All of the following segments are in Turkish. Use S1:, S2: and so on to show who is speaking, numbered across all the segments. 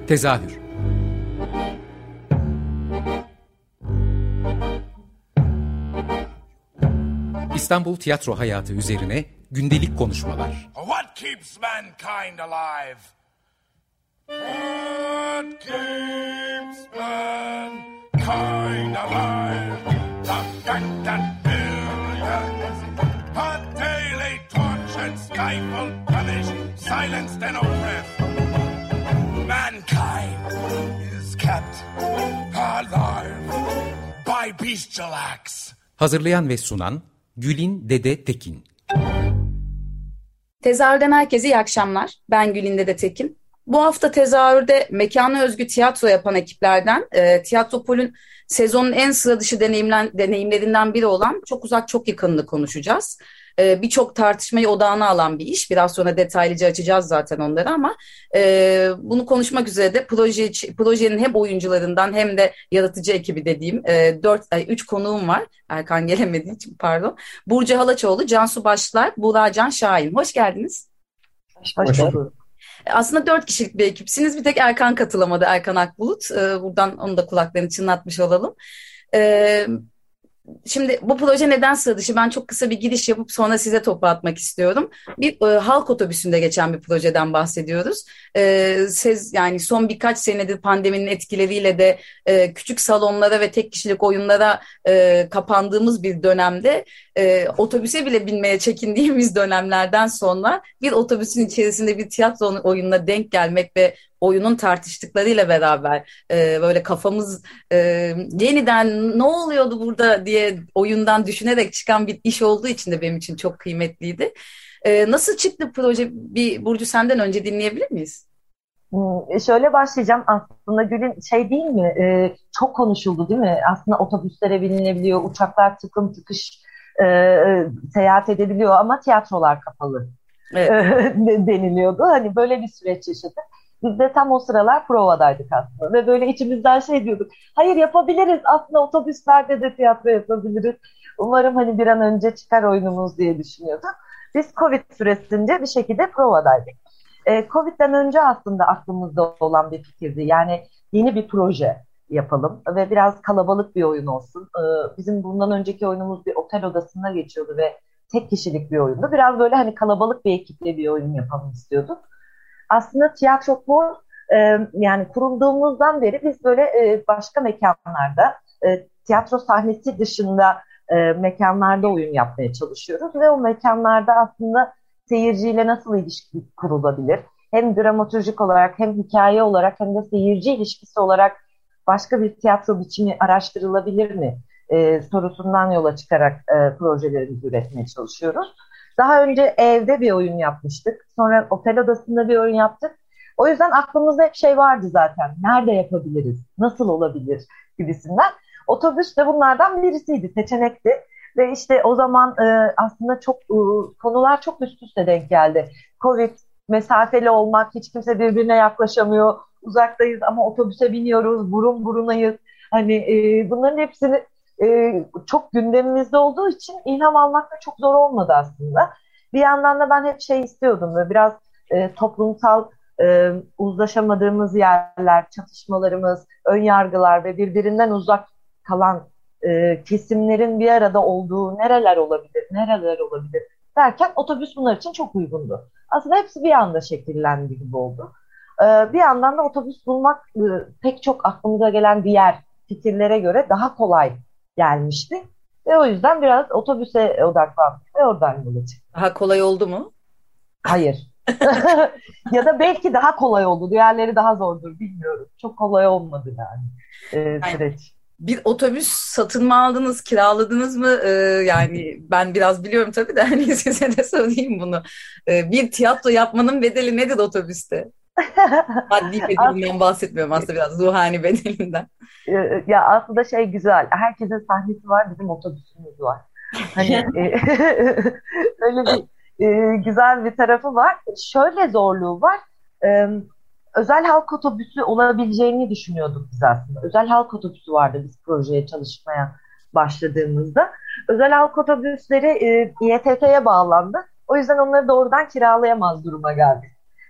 S1: Tezahür. İstanbul tiyatro hayatı üzerine gündelik konuşmalar.
S2: What keeps mankind alive? What keeps mankind alive? The fact that billions are daily tortured, stifled, punished, silenced and oppressed. Mankind is kept alive by bestial acts.
S1: Hazırlayan ve sunan Gülin Dede Tekin.
S3: Tezahürden herkese iyi akşamlar. Ben Gülin Dede Tekin. Bu hafta tezahürde mekana özgü tiyatro yapan ekiplerden Tiyatropol'ün sezonun en sıra dışı deneyimlerinden biri olan Çok Uzak Çok Yakın'ını konuşacağız. Birçok tartışmayı odağına alan bir iş. Biraz sonra detaylıca açacağız zaten onları ama bunu konuşmak üzere de projenin hem oyuncularından hem de yaratıcı ekibi dediğim 3 konuğum var. Erkan gelemediği için pardon. Burcu Halaçoğlu, Cansu Başlar, Buğra Can Şahin. Hoş geldiniz.
S4: Hoş bulduk.
S3: Aslında 4 kişilik bir ekipsiniz. Bir tek Erkan katılamadı, Erkan Akbulut. Buradan onu da kulaklarını çınlatmış olalım. Şimdi bu proje neden sıra dışı? Ben çok kısa bir giriş yapıp sonra size topu atmak istiyorum. Bir halk otobüsünde geçen bir projeden bahsediyoruz. Yani son birkaç senedir pandeminin etkileriyle de küçük salonlara ve tek kişilik oyunlara kapandığımız bir dönemde otobüse bile binmeye çekindiğimiz dönemlerden sonra bir otobüsün içerisinde bir tiyatro oyununa denk gelmek ve oyunun tartıştıklarıyla beraber böyle kafamız yeniden ne oluyordu burada diye oyundan düşünerek çıkan bir iş olduğu için de benim için çok kıymetliydi. Nasıl çıktı proje? Bir Burcu senden önce dinleyebilir miyiz?
S4: Şöyle başlayacağım. Aslında Gül'ün değil mi? Çok konuşuldu değil mi? Aslında otobüslere binilebiliyor, uçaklar tıkım tıkış seyahat edebiliyor ama tiyatrolar kapalı. Evet. Deniliyordu. Hani böyle bir süreç yaşadık. Biz de tam o sıralar provadaydık aslında ve böyle içimizden diyorduk. Hayır yapabiliriz. Aslında otobüslerde de tiyatro yapabiliriz. Umarım hani bir an önce çıkar oyunumuz diye düşünüyorduk. Biz Covid süresince bir şekilde provadaydık. Covid'den önce aslında aklımızda olan bir fikirdi. Yani yeni bir proje yapalım ve biraz kalabalık bir oyun olsun. Bizim bundan önceki oyunumuz bir otel odasında geçiyordu ve tek kişilik bir oyundu. Biraz böyle hani kalabalık bir ekiple bir oyun yapalım istiyorduk. Aslında Tiyatropol yani kurulduğumuzdan beri biz böyle başka mekanlarda, tiyatro sahnesi dışında mekanlarda oyun yapmaya çalışıyoruz ve o mekanlarda aslında seyirciyle nasıl ilişki kurulabilir? Hem dramaturjik olarak hem hikaye olarak hem de seyirci ilişkisi olarak başka bir tiyatro biçimi araştırılabilir mi? Sorusundan yola çıkarak projelerimizi üretmeye çalışıyoruz. Daha önce evde bir oyun yapmıştık. Sonra otel odasında bir oyun yaptık. O yüzden aklımızda hep vardı zaten. Nerede yapabiliriz? Nasıl olabilir? Gibisinden. Otobüs de bunlardan birisiydi, seçenekti. Ve işte o zaman aslında konular çok üst üste denk geldi. Covid, mesafeli olmak, hiç kimse birbirine yaklaşamıyor. Uzaktayız ama otobüse biniyoruz, burun burunayız. Hani bunların hepsini çok gündemimizde olduğu için ilham almak da çok zor olmadı aslında. Bir yandan da ben hep istiyordum. Böyle biraz toplumsal uzlaşamadığımız yerler, çatışmalarımız, ön yargılar ve birbirinden uzak kalan kesimlerin bir arada olduğu nereler olabilir derken otobüs bunlar için çok uygundu. Aslında hepsi bir anda şekillendi gibi oldu. Bir yandan da otobüs bulmak pek çok aklımıza gelen diğer fikirlere göre daha kolay gelmişti. Ve o yüzden biraz otobüse odaklandık ve oradan yola çıktık.
S3: Daha kolay oldu mu?
S4: Hayır. Ya da belki daha kolay oldu. Diğerleri daha zordur bilmiyorum. Çok kolay olmadı yani süreç.
S3: Bir otobüs satın mı aldınız, kiraladınız mı? Yani ben biraz biliyorum tabii de hani size de sorayım bunu. Bir tiyatro yapmanın bedeli nedir otobüste? Maddi bedelinden bahsetmiyorum aslında, biraz ruhani bedelinden.
S4: Ya aslında güzel. Herkesin sahnesi var, bizim otobüsümüz var. Hani öyle bir güzel bir tarafı var. Şöyle zorluğu var. Özel halk otobüsü olabileceğini düşünüyorduk biz aslında. Özel halk otobüsü vardı biz projeye çalışmaya başladığımızda. Özel halk otobüsleri İETT'ye bağlandı. O yüzden onları doğrudan kiralayamaz duruma geldik.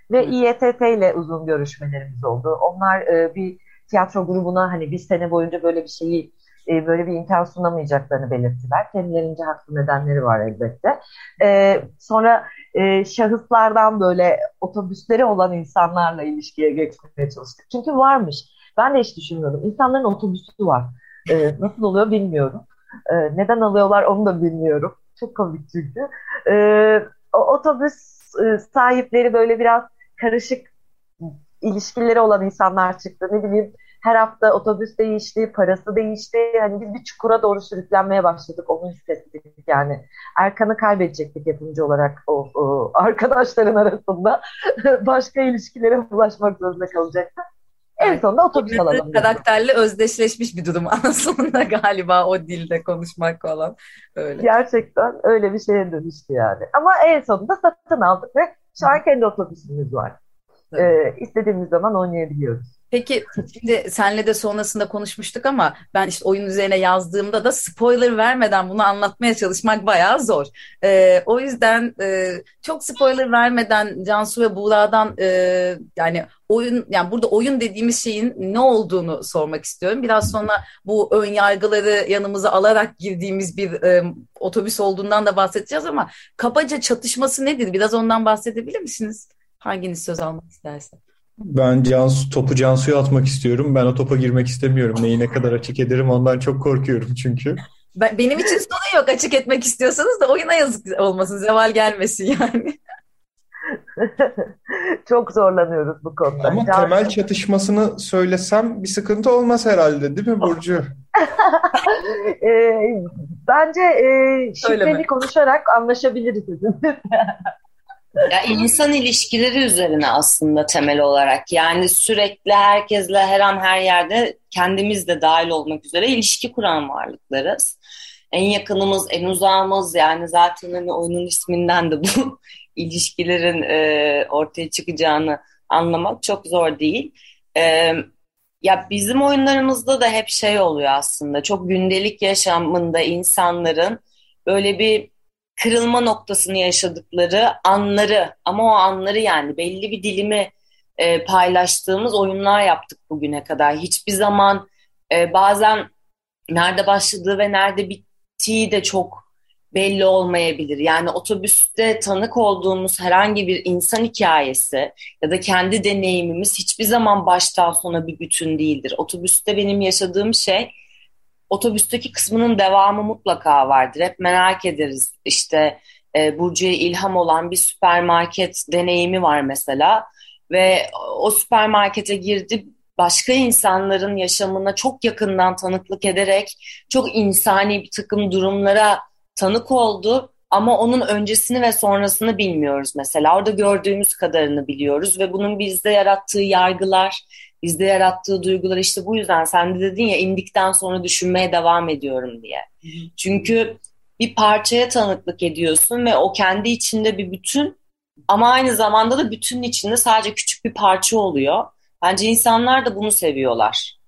S4: Ve İETT ile uzun görüşmelerimiz oldu. Onlar bir tiyatro grubuna hani bir sene boyunca böyle bir şeyi böyle bir imkan sunamayacaklarını belirttiler. Kendilerince haklı nedenleri var elbette. Sonra şahıslardan böyle otobüsleri olan insanlarla ilişkiye geçmeye çalıştık. Çünkü varmış. Ben de hiç düşünmüyordum. İnsanların otobüsü var. Nasıl oluyor bilmiyorum. Neden alıyorlar onu da bilmiyorum. Çok komik çünkü. O otobüs sahipleri böyle biraz karışık ilişkileri olan insanlar çıktı. Ne bileyim her hafta otobüs değişti, parası değişti. Hani biz bir çukura doğru sürüklenmeye başladık. Onu hissettik yani. Erkan'ı kaybedecektik yapımcı olarak o arkadaşların arasında. Başka ilişkilere ulaşmak zorunda kalacaktık. En sonunda otobüs alalım.
S3: Karakterle özdeşleşmiş bir durum aslında galiba o dilde konuşmak falan öyle.
S4: Gerçekten öyle bir şeye dönüştü yani. Ama en sonunda satın aldık ve şu an kendi otobüsümüz var. İstediğimiz zaman oynayabiliyoruz.
S3: Peki şimdi senle de sonrasında konuşmuştuk ama ben işte oyun üzerine yazdığımda da spoiler vermeden bunu anlatmaya çalışmak bayağı zor. O yüzden çok spoiler vermeden Cansu ve Buğra'dan yani oyun, yani burada oyun dediğimiz şeyin ne olduğunu sormak istiyorum. Biraz sonra bu ön yargıları yanımıza alarak girdiğimiz bir otobüs olduğundan da bahsedeceğiz ama kabaca çatışması nedir? Biraz ondan bahsedebilir misiniz? Hanginiz söz almak isterse?
S5: Ben topu Cansu'ya atmak istiyorum. Ben o topa girmek istemiyorum. Neyi ne kadar açık ederim ondan çok korkuyorum çünkü.
S3: Benim için sorun yok, açık etmek istiyorsanız da oyuna yazık olmasın, zeval gelmesin yani.
S4: Çok zorlanıyoruz bu konuda.
S5: Ama temel çatışmasını söylesem bir sıkıntı olmaz herhalde, değil mi Burcu?
S4: Bence şifreli konuşarak anlaşabiliriz sizinle.
S6: Ya insan ilişkileri üzerine aslında temel olarak, yani sürekli herkesle her an her yerde, kendimiz de dahil olmak üzere ilişki kuran varlıklarız. En yakınımız, en uzağımız, yani zaten hani oyunun isminden de bu ilişkilerin ortaya çıkacağını anlamak çok zor değil. Ya bizim oyunlarımızda da hep şey oluyor aslında, çok gündelik yaşamında insanların böyle bir kırılma noktasını yaşadıkları anları, ama o anları yani belli bir dilimi paylaştığımız oyunlar yaptık bugüne kadar. Hiçbir zaman bazen nerede başladığı ve nerede bittiği de çok belli olmayabilir. Yani otobüste tanık olduğumuz herhangi bir insan hikayesi ya da kendi deneyimimiz hiçbir zaman baştan sona bir bütün değildir. Otobüste benim yaşadığım şey, otobüsteki kısmının devamı mutlaka vardır. Hep merak ederiz. İşte Burcu'ya ilham olan bir süpermarket deneyimi var mesela. Ve o süpermarkete girdi, başka insanların yaşamına çok yakından tanıklık ederek çok insani bir takım durumlara tanık oldu. Ama onun öncesini ve sonrasını bilmiyoruz mesela. Orada gördüğümüz kadarını biliyoruz ve bunun bizde yarattığı yargılar, bizde yarattığı duygular, işte bu yüzden sen de dedin ya, indikten sonra düşünmeye devam ediyorum diye. Çünkü bir parçaya tanıklık ediyorsun ve o kendi içinde bir bütün, ama aynı zamanda da bütünün içinde sadece küçük bir parça oluyor. Bence insanlar da bunu seviyorlar.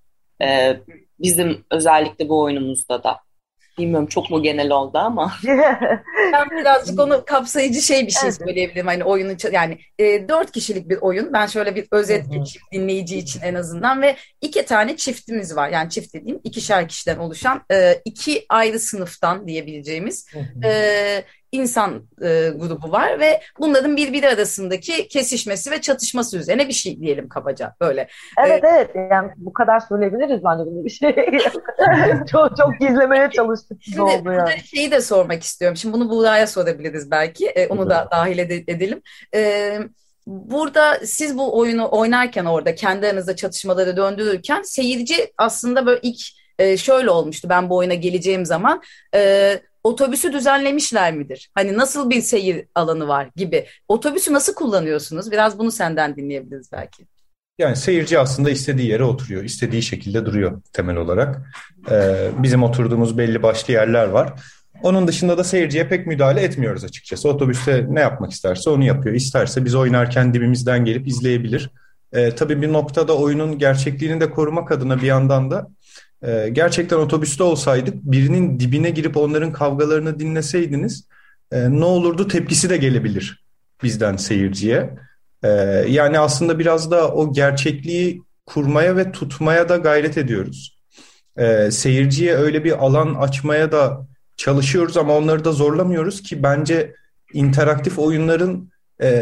S6: Bizim özellikle bu oyunumuzda da. Bilmiyorum, çok mu genel oldu ama.
S3: Ben birazcık onu kapsayıcı bir şey söyleyebilirim. Hani oyunun yani 4 kişilik bir oyun. Ben şöyle bir özet geçeyim dinleyici için en azından, ve 2 tane çiftimiz var. Yani çift dediğim 2'şer kişiden oluşan 2 ayrı sınıftan diyebileceğimiz insan grubu var ve bunların birbiri arasındaki kesişmesi ve çatışması üzerine bir şey diyelim kabaca böyle.
S4: Evet, yani bu kadar söyleyebiliriz bence bunu bir şey. çok gizlemeye çalıştık.
S3: Şimdi burada şeyi de sormak istiyorum. Şimdi bunu Buğra'ya sorabiliriz belki. Onu da dahil edelim. Burada siz bu oyunu oynarken, orada kendi aranızda çatışmaları döndürürken, seyirci aslında böyle ilk şöyle olmuştu ben bu oyuna geleceğim zaman. Otobüsü düzenlemişler midir? Hani nasıl bir seyir alanı var gibi. Otobüsü nasıl kullanıyorsunuz? Biraz bunu senden dinleyebiliriz belki.
S5: Yani seyirci aslında istediği yere oturuyor, istediği şekilde duruyor temel olarak. Bizim oturduğumuz belli başlı yerler var. Onun dışında da seyirciye pek müdahale etmiyoruz açıkçası. Otobüste ne yapmak isterse onu yapıyor. İsterse biz oynarken dibimizden gelip izleyebilir. Tabii bir noktada oyunun gerçekliğini de korumak adına bir yandan da gerçekten otobüste olsaydık, birinin dibine girip onların kavgalarını dinleseydiniz ne olurdu tepkisi de gelebilir bizden seyirciye. Ee, Yani aslında biraz da o gerçekliği kurmaya ve tutmaya da gayret ediyoruz. Seyirciye öyle bir alan açmaya da çalışıyoruz ama onları da zorlamıyoruz ki bence interaktif oyunların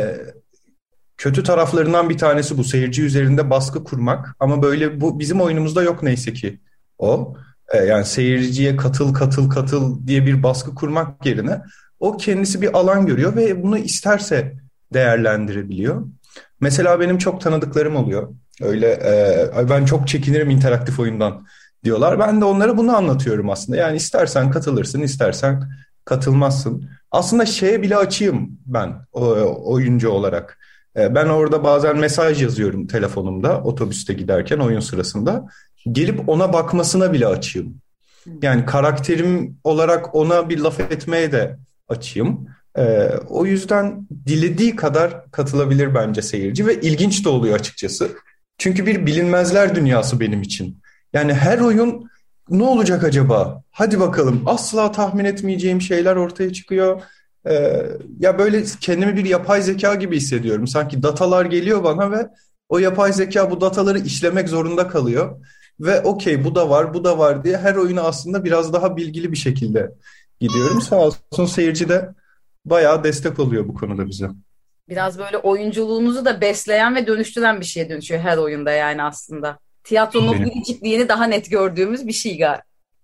S5: kötü taraflarından bir tanesi bu. Seyirci üzerinde baskı kurmak ama böyle bu bizim oyunumuzda yok neyse ki o. Yani seyirciye katıl katıl katıl diye bir baskı kurmak yerine o kendisi bir alan görüyor ve bunu isterse değerlendirebiliyor. Mesela benim çok tanıdıklarım oluyor. Öyle ben çok çekinirim interaktif oyundan diyorlar. Ben de onlara bunu anlatıyorum aslında. Yani istersen katılırsın, istersen katılmazsın. Aslında şeye bile açayım ben oyuncu olarak. Ben orada bazen mesaj yazıyorum telefonumda otobüste giderken oyun sırasında. Gelip ona bakmasına bile açayım. Yani karakterim olarak ona bir laf etmeye de açayım. O yüzden dilediği kadar katılabilir bence seyirci ve ilginç de oluyor açıkçası. Çünkü bir bilinmezler dünyası benim için. Yani her oyun ne olacak acaba? Hadi bakalım. Asla tahmin etmeyeceğim şeyler ortaya çıkıyor. Ya böyle kendimi bir yapay zeka gibi hissediyorum. Sanki datalar geliyor bana ve o yapay zeka bu dataları işlemek zorunda kalıyor. Ve okey bu da var, bu da var diye her oyunu aslında biraz daha bilgili bir şekilde gidiyorum. Sağ olsun seyirci de bayağı destek oluyor bu konuda bize.
S3: Biraz böyle oyunculuğunuzu da besleyen ve dönüştüren bir şeye dönüşüyor her oyunda yani aslında. Tiyatronun o
S5: Benim
S3: biricikliğini daha net gördüğümüz bir şey galiba.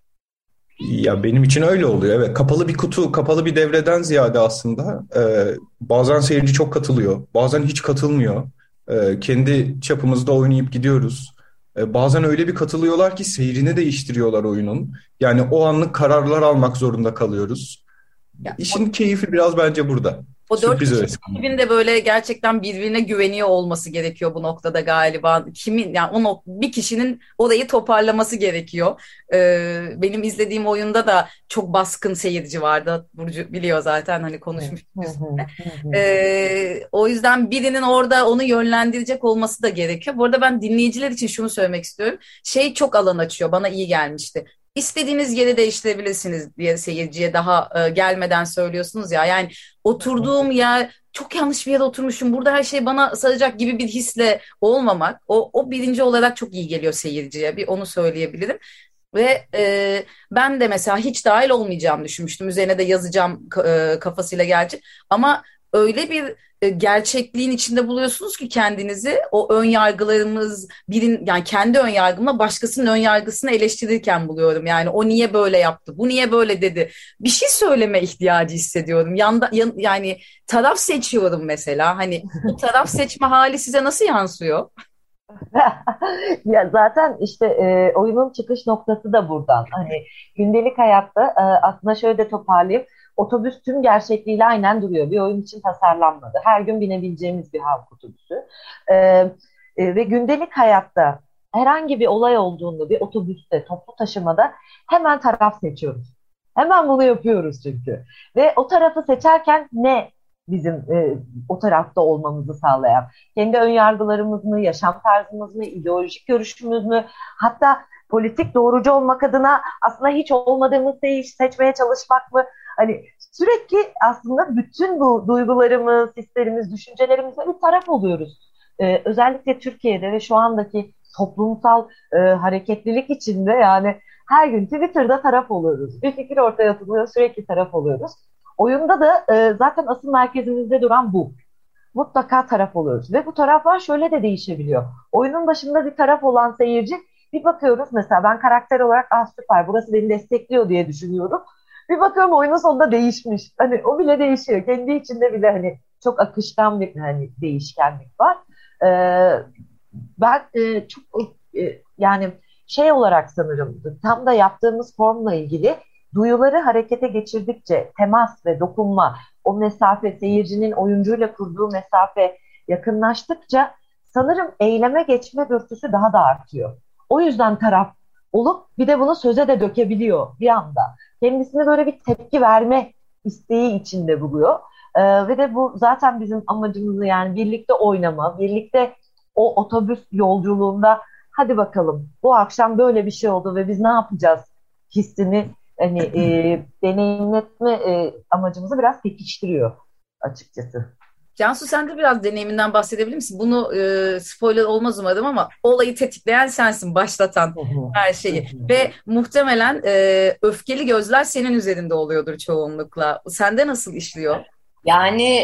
S5: Ya benim için öyle oluyor. Evet, kapalı bir kutu, kapalı bir devreden ziyade aslında bazen seyirci çok katılıyor, bazen hiç katılmıyor. Kendi çapımızda oynayıp gidiyoruz. Bazen öyle bir katılıyorlar ki seyrini değiştiriyorlar oyunun. Yani o anlık kararlar almak zorunda kalıyoruz.
S3: Ya,
S5: İşin keyfi biraz bence burada.
S3: o dört
S5: Sürpriz
S3: kişinin
S5: öğesi.
S3: ekibin de böyle gerçekten birbirine güveniyor olması gerekiyor bu noktada galiba. Kimin yani bir kişinin orayı toparlaması gerekiyor. Benim izlediğim oyunda da çok baskın seyirci vardı. Burcu biliyor zaten hani konuşmuştuk biz. O yüzden birinin orada onu yönlendirecek olması da gerekiyor. Bu arada ben dinleyiciler için şunu söylemek istiyorum. Şey çok alan açıyor. Bana iyi gelmişti. İstediğiniz yeri değiştirebilirsiniz diye seyirciye daha gelmeden söylüyorsunuz ya. Yani oturduğum yer çok yanlış bir yere oturmuşum. Burada her şey bana saracak gibi bir hisle olmamak. O birinci olarak çok iyi geliyor seyirciye. Bir onu söyleyebilirim. Ve ben de mesela hiç dahil olmayacağımı düşünmüştüm. Üzerine de yazacağım kafasıyla gelecek. Ama öyle bir gerçekliğin içinde buluyorsunuz ki kendinizi o ön yargılarımız yani kendi ön yargımla başkasının ön yargısını eleştirirken buluyorum. Yani o niye böyle yaptı? Bu niye böyle dedi? Bir şey söyleme ihtiyacı hissediyorum. Yani taraf seçiyorum mesela. Hani bu taraf seçme hali size nasıl yansıyor?
S4: Ya zaten işte oyunun çıkış noktası da buradan. Hani gündelik hayatta aslında şöyle de toparlayayım. Otobüs tüm gerçekliğiyle aynen duruyor. Bir oyun için tasarlanmadı. Her gün binebileceğimiz bir halk otobüsü. E, Ve gündelik hayatta herhangi bir olay olduğunda bir otobüste, toplu taşımada hemen taraf seçiyoruz. Hemen bunu yapıyoruz çünkü. Ve o tarafı seçerken ne bizim o tarafta olmamızı sağlayan? Kendi önyargılarımız mı, yaşam tarzımız mı, ideolojik görüşümüz mü, hatta politik doğrucu olmak adına aslında hiç olmadığımız şeyi seçmeye çalışmak mı? Hani sürekli aslında bütün bu duygularımız, hislerimiz, düşüncelerimize bir taraf oluyoruz. Özellikle Türkiye'de ve şu andaki toplumsal hareketlilik içinde yani her gün Twitter'da taraf oluyoruz. Bir fikir ortaya atılıyor, sürekli taraf oluyoruz. Oyunda da zaten asıl merkezimizde duran bu. Mutlaka taraf oluyoruz. Ve bu taraflar şöyle de değişebiliyor. Oyunun başında bir taraf olan seyirci bir bakıyoruz mesela ben karakter olarak süper burası beni destekliyor diye düşünüyorum. Bir bakıyorum oyunun sonunda değişmiş. Hani o bile değişiyor. Kendi içinde bile hani çok akışkan bir hani değişkenlik var. Ben çok yani şey olarak sanırım tam da yaptığımız formla ilgili duyuları harekete geçirdikçe temas ve dokunma, o mesafe, seyircinin oyuncuyla kurduğu mesafe yakınlaştıkça sanırım eyleme geçme dürtüsü daha da artıyor. O yüzden taraf olup bir de bunu söze de dökebiliyor bir anda. Kendisine böyle bir tepki verme isteği içinde buluyor. Ve de bu zaten bizim amacımızı yani birlikte oynama, birlikte o otobüs yolculuğunda hadi bakalım bu akşam böyle bir şey oldu ve biz ne yapacağız hissini hani deneyimletme amacımızı biraz pekiştiriyor açıkçası.
S3: Cansu, sen de biraz deneyiminden bahsedebilir misin? Bunu spoiler olmaz umarım ama olayı tetikleyen sensin, başlatan
S4: Hı hı.
S3: her
S4: Hı
S3: şeyi.
S4: hı.
S3: Ve muhtemelen öfkeli gözler senin üzerinde oluyordur çoğunlukla. Sende nasıl işliyor?
S6: Yani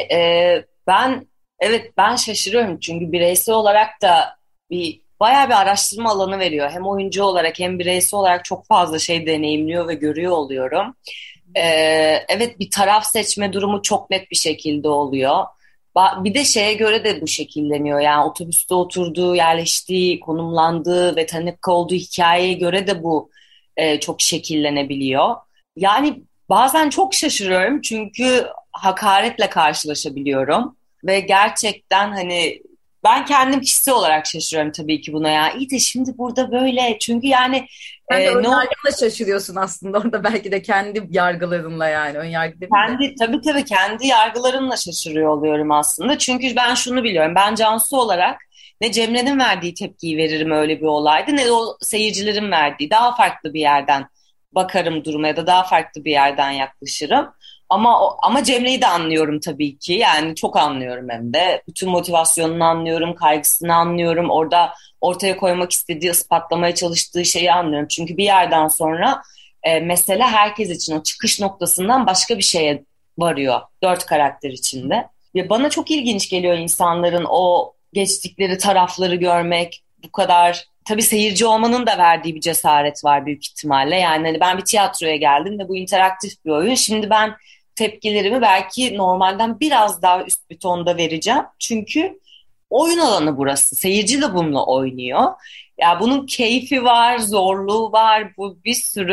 S6: ben şaşırıyorum çünkü bireysel olarak da bayağı bir araştırma alanı veriyor. Hem oyuncu olarak hem bireysel olarak çok fazla şey deneyimliyor ve görüyor oluyorum. Evet, bir taraf seçme durumu çok net bir şekilde oluyor. Bir de şeye göre de bu şekilleniyor. Yani otobüste oturduğu, yerleştiği, konumlandığı ve tanık olduğu hikayeye göre de bu çok şekillenebiliyor. Yani bazen çok şaşırıyorum çünkü hakaretle karşılaşabiliyorum ve gerçekten hani ben kendim kişisel olarak şaşırıyorum tabii ki buna ya. İyi de şimdi burada böyle çünkü yani
S3: Sen de ön
S6: ne ol-
S3: yargıyla şaşırıyorsun aslında orada, belki de kendi yargılarınla, yani ön yargı demeyeyim de.
S6: tabii kendi yargılarımla şaşırıyor oluyorum aslında. Çünkü ben şunu biliyorum. Ben Cansu olarak ne Cemre'nin verdiği tepkiyi veririm öyle bir olaydı ne de o seyircilerin verdiği. Daha farklı bir yerden bakarım duruma ya da daha farklı bir yerden yaklaşırım. Ama Cemre'yi de anlıyorum tabii ki. Yani çok anlıyorum hem de. Bütün motivasyonunu anlıyorum, kaygısını anlıyorum. Orada ortaya koymak istediği, ispatlamaya çalıştığı şeyi anlıyorum. Çünkü bir yerden sonra mesele herkes için o çıkış noktasından başka bir şeye varıyor. Dört karakter içinde. Ve bana çok ilginç geliyor insanların o geçtikleri tarafları görmek, bu kadar. Tabii seyirci olmanın da verdiği bir cesaret var büyük ihtimalle. Yani hani ben bir tiyatroya geldim ve bu interaktif bir oyun. Şimdi ben tepkilerimi belki normalden biraz daha üst bir tonda vereceğim. Çünkü oyun alanı burası. Seyirci de bununla oynuyor. Ya bunun keyfi var, zorluğu var. Bu bir sürü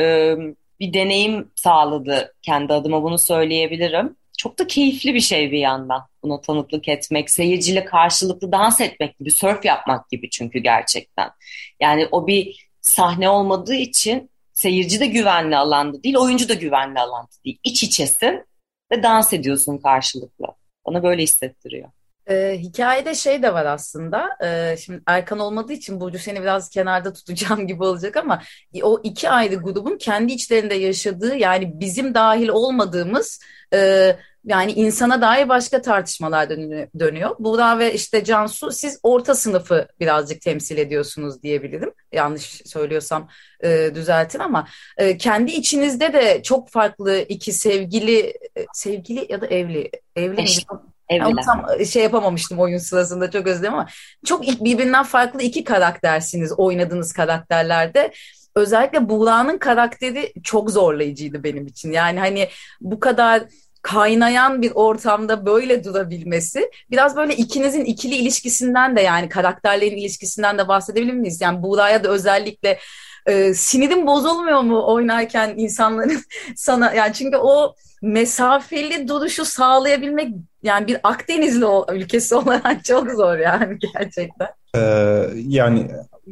S6: bir deneyim sağladı kendi adıma, bunu söyleyebilirim. Çok da keyifli bir şey bir yandan. Buna tanıklık etmek, seyirciyle karşılıklı dans etmek gibi, sörf yapmak gibi çünkü gerçekten. Yani o bir sahne olmadığı için seyirci de güvenli alanda değil, oyuncu da güvenli alanda değil. İç içesin ve dans ediyorsun karşılıklı. Bana böyle hissettiriyor.
S3: Hikayede şey de var aslında. Şimdi Erkan olmadığı için Burcu, seni biraz kenarda tutacağım gibi olacak ama o iki ayrı grubun kendi içlerinde yaşadığı, yani bizim dahil olmadığımız yani insana dair başka tartışmalar dönüyor. Buğra ve işte Cansu, siz orta sınıfı birazcık temsil ediyorsunuz diyebilirim. Yanlış söylüyorsam düzeltin ama kendi içinizde de çok farklı iki sevgili ya da evli miydi? Yani onu
S6: Evliler.
S3: tam şey yapamamıştım oyun sırasında, çok özledim ama çok birbirinden farklı iki karaktersiniz oynadığınız karakterlerde. Özellikle Buğra'nın karakteri çok zorlayıcıydı benim için. Yani hani bu kadar kaynayan bir ortamda böyle durabilmesi, biraz böyle ikinizin ikili ilişkisinden de, yani karakterlerin ilişkisinden de bahsedebilir miyiz? Yani Buğra'ya da özellikle sinirin bozulmuyor mu oynarken insanların sana, yani çünkü o mesafeli duruşu sağlayabilmek, yani bir Akdenizli ülkesi olarak çok zor yani gerçekten.
S5: Yani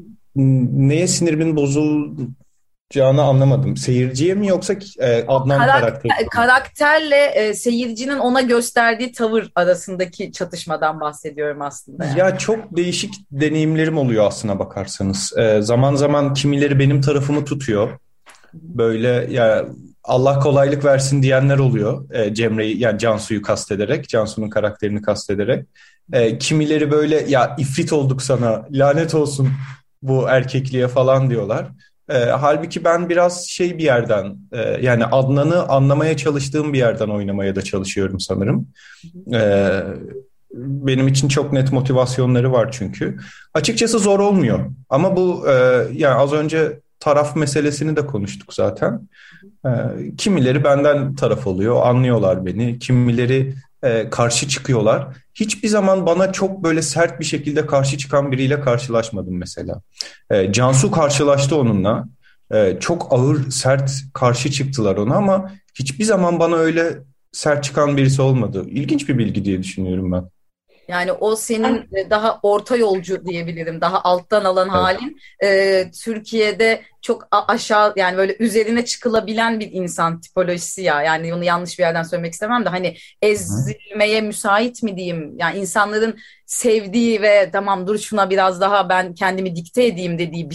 S5: neye sinirimin bozulacağını anlamadım. Seyirciye mi yoksa Adnan karakteri mi?
S3: Karakterle seyircinin ona gösterdiği tavır arasındaki çatışmadan bahsediyorum aslında yani.
S5: Ya çok değişik deneyimlerim oluyor aslına bakarsanız. Zaman zaman kimileri benim tarafımı tutuyor. Böyle ya Allah kolaylık versin diyenler oluyor. Cemre'yi, yani Cansu'yu kastederek, Cansu'nun karakterini kastederek. Kimileri böyle ya ifrit olduk sana, lanet olsun bu erkekliğe falan diyorlar. Halbuki ben biraz şey bir yerden, yani Adnan'ı anlamaya çalıştığım bir yerden oynamaya da çalışıyorum sanırım. Ee, Benim için çok net motivasyonları var çünkü. Açıkçası zor olmuyor. Ama bu yani az önce taraf meselesini de konuştuk zaten. Ee, Kimileri benden taraf oluyor, anlıyorlar beni. Kimileri karşı çıkıyorlar. Hiçbir zaman bana çok böyle sert bir şekilde karşı çıkan biriyle karşılaşmadım mesela. Cansu karşılaştı onunla. Çok ağır, sert karşı çıktılar ona ama hiçbir zaman bana öyle sert çıkan birisi olmadı. İlginç bir bilgi diye düşünüyorum ben.
S3: Yani o senin daha orta yolcu diyebilirim, daha alttan alan
S5: Evet.
S3: halin. Türkiye'de çok aşağı, yani böyle üzerine çıkılabilen bir insan tipolojisi ya. Yani onu yanlış bir yerden söylemek istemem de hani ezilmeye müsait mi diyeyim. Yani insanların sevdiği ve tamam dur şuna biraz daha ben kendimi dikte edeyim dediği bir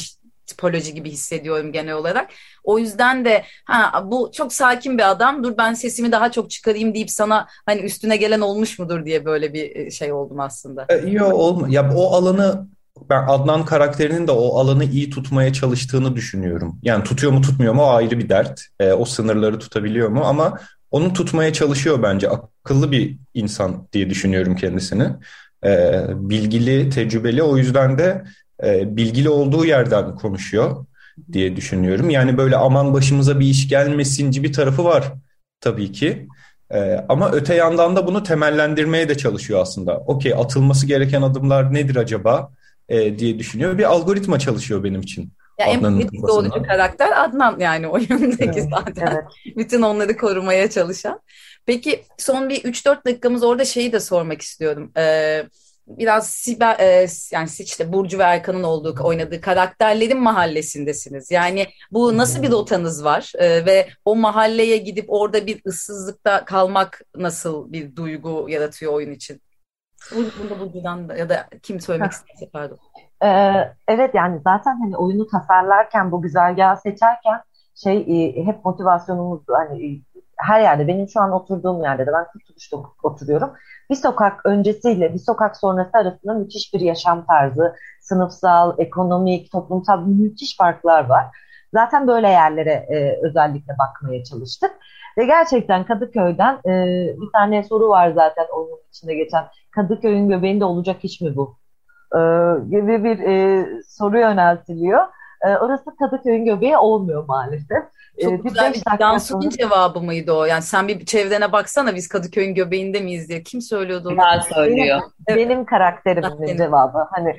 S3: tipoloji gibi hissediyorum genel olarak. O yüzden de bu çok sakin bir adam, dur ben sesimi daha çok çıkarayım deyip sana hani üstüne gelen olmuş mudur diye böyle bir şey oldum aslında.
S5: Yok, ya o alanı, ben Adnan karakterinin de o alanı iyi tutmaya çalıştığını düşünüyorum. Yani tutuyor mu tutmuyor mu o ayrı bir dert. O sınırları tutabiliyor mu, ama onu tutmaya çalışıyor bence. Akıllı bir insan diye düşünüyorum kendisini. Bilgili, tecrübeli, o yüzden de bilgili olduğu yerden konuşuyor diye düşünüyorum. Yani böyle aman başımıza bir iş gelmesinci bir tarafı var tabii ki. Ama öte yandan da bunu temellendirmeye de çalışıyor aslında. Okey, atılması gereken adımlar nedir acaba diye düşünüyor. Bir algoritma çalışıyor benim için.
S3: Ya empatik doğrucu karakter Adnan, yani oyundaki zaten. Evet. Bütün onları korumaya çalışan. Peki son bir 3-4 dakikamız orada şeyi de sormak istiyorum. Biraz yani işte Burcu ve Erkan'ın oynadığı karakterlerin mahallesindesiniz. Yani bu nasıl bir rotanız var ve o mahalleye gidip orada bir ıssızlıkta kalmak nasıl bir duygu yaratıyor oyun için? Bunu Burcu'dan ya da kim söylemek isterse, pardon.
S4: Evet, yani zaten hani oyunu tasarlarken, bu güzergahı seçerken hep motivasyonumuzdu. Hani her yerde, benim şu an oturduğum yerde de, ben Kurtuluş'ta oturuyorum. Bir sokak öncesiyle bir sokak sonrası arasında müthiş bir yaşam tarzı, sınıfsal, ekonomik, toplumsal müthiş farklar var. Zaten böyle yerlere özellikle bakmaya çalıştık. Ve gerçekten Kadıköy'den bir tane soru var zaten oyunun içinde geçen. Kadıköy'ün göbeğinde olacak iş mi bu? Gibi bir soru yöneltiliyor. Orası Kadıköy'ün göbeği olmuyor maalesef.
S3: Çok güzel bir Cansu'nun cevabı mıydı o? Yani sen bir çevrene baksana, biz Kadıköy'ün göbeğinde miyiz diye. Kim söylüyordu onu?
S6: Ben söylüyor.
S4: Benim karakterimin cevabı. Hani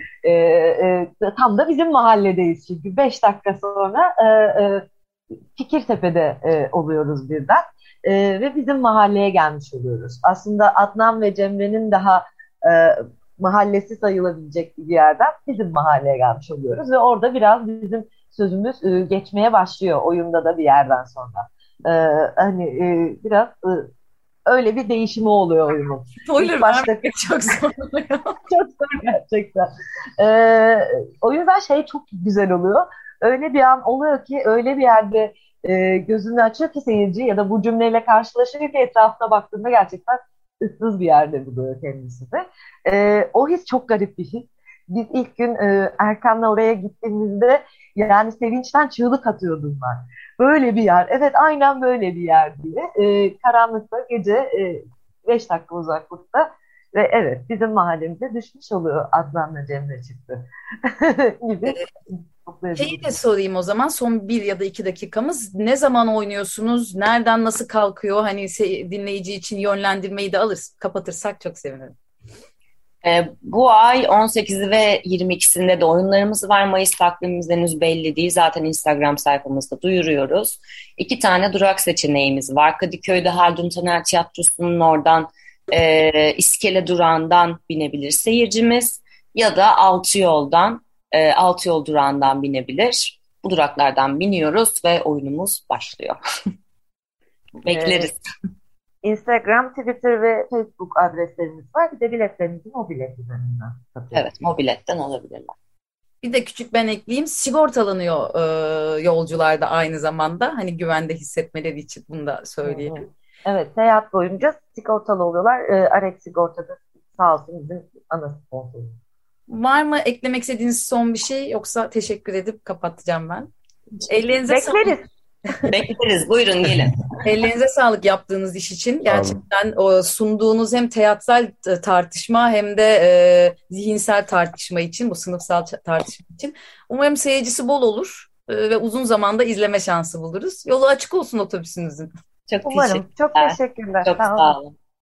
S4: tam da bizim mahalledeyiz çünkü. 5 dakika sonra Fikirtepe'de oluyoruz birden. Ve bizim mahalleye gelmiş oluyoruz. Aslında Adnan ve Cemre'nin daha mahallesi sayılabilecek bir yerden bizim mahalleye gelmiş oluyoruz ve orada biraz bizim sözümüz geçmeye başlıyor oyunda da bir yerden sonra. Hani biraz öyle bir değişimi oluyor oyunun.
S3: Spoiler vermek çok zor oluyor.
S4: Çok zor gerçekten. O yüzden çok güzel oluyor. Öyle bir an oluyor ki, öyle bir yerde gözünü açıyor ki seyirci, ya da bu cümleyle karşılaşıyor ki etrafına baktığında gerçekten ıssız bir yerde buluyor kendisini. O his çok garip bir his. Biz ilk gün Erkan'la oraya gittiğimizde yani sevinçten çığlık atıyordum ben. Böyle bir yer. Evet, aynen böyle bir yer diye. Karanlıkta, gece 5 dakika uzaklıkta ve evet, bizim mahallemize düşmüş oluyor Adnan'la Cemre çıktı gibi.
S3: Şeyi de sorayım o zaman, son 1 ya da 2 dakikamız. Ne zaman oynuyorsunuz? Nereden nasıl kalkıyor? Hani dinleyici için yönlendirmeyi de kapatırsak çok sevinirim.
S6: Bu ay 18'i ve 22'sinde de oyunlarımız var. Mayıs takvimimiz henüz belli değil. Zaten Instagram sayfamızda duyuruyoruz. 2 tane durak seçeneğimiz var. Kadıköy'de Haldun Taner Tiyatrosu'nun oradan İskele durağından binebilir seyircimiz. Ya da Altı Yol durağından binebilir. Bu duraklardan biniyoruz ve oyunumuz başlıyor. Bekleriz.
S4: Instagram, Twitter ve Facebook adreslerimiz var. Bir de biletlerimizi Mobilet üzerinden satıyoruz.
S6: Evet, Mobilet'ten alabilirler.
S3: Bir de küçük ben ekleyeyim. Sigortalanıyor yolcular da aynı zamanda. Hani güvende hissetmeleri için bunu da söyleyelim.
S4: Evet, seyahat boyunca sigortalı oluyorlar. Arex Sigorta'da sağ olsun bizim ana sponsorumuz.
S3: Var mı eklemek istediğiniz son bir şey, yoksa teşekkür edip kapatacağım ben. Ellerinize
S4: bekleriz.
S6: Bekleriz. Buyurun gelin.
S3: Ellerinize sağlık yaptığınız iş için. Gerçekten sunduğunuz hem teatral tartışma hem de zihinsel tartışma için, bu sınıfsal tartışma için. Umarım seyircisi bol olur ve uzun zamanda izleme şansı buluruz. Yolu açık olsun otobüsünüzün.
S6: Çok
S4: umarım. Çok teşekkürler.
S6: Çok sağ olun.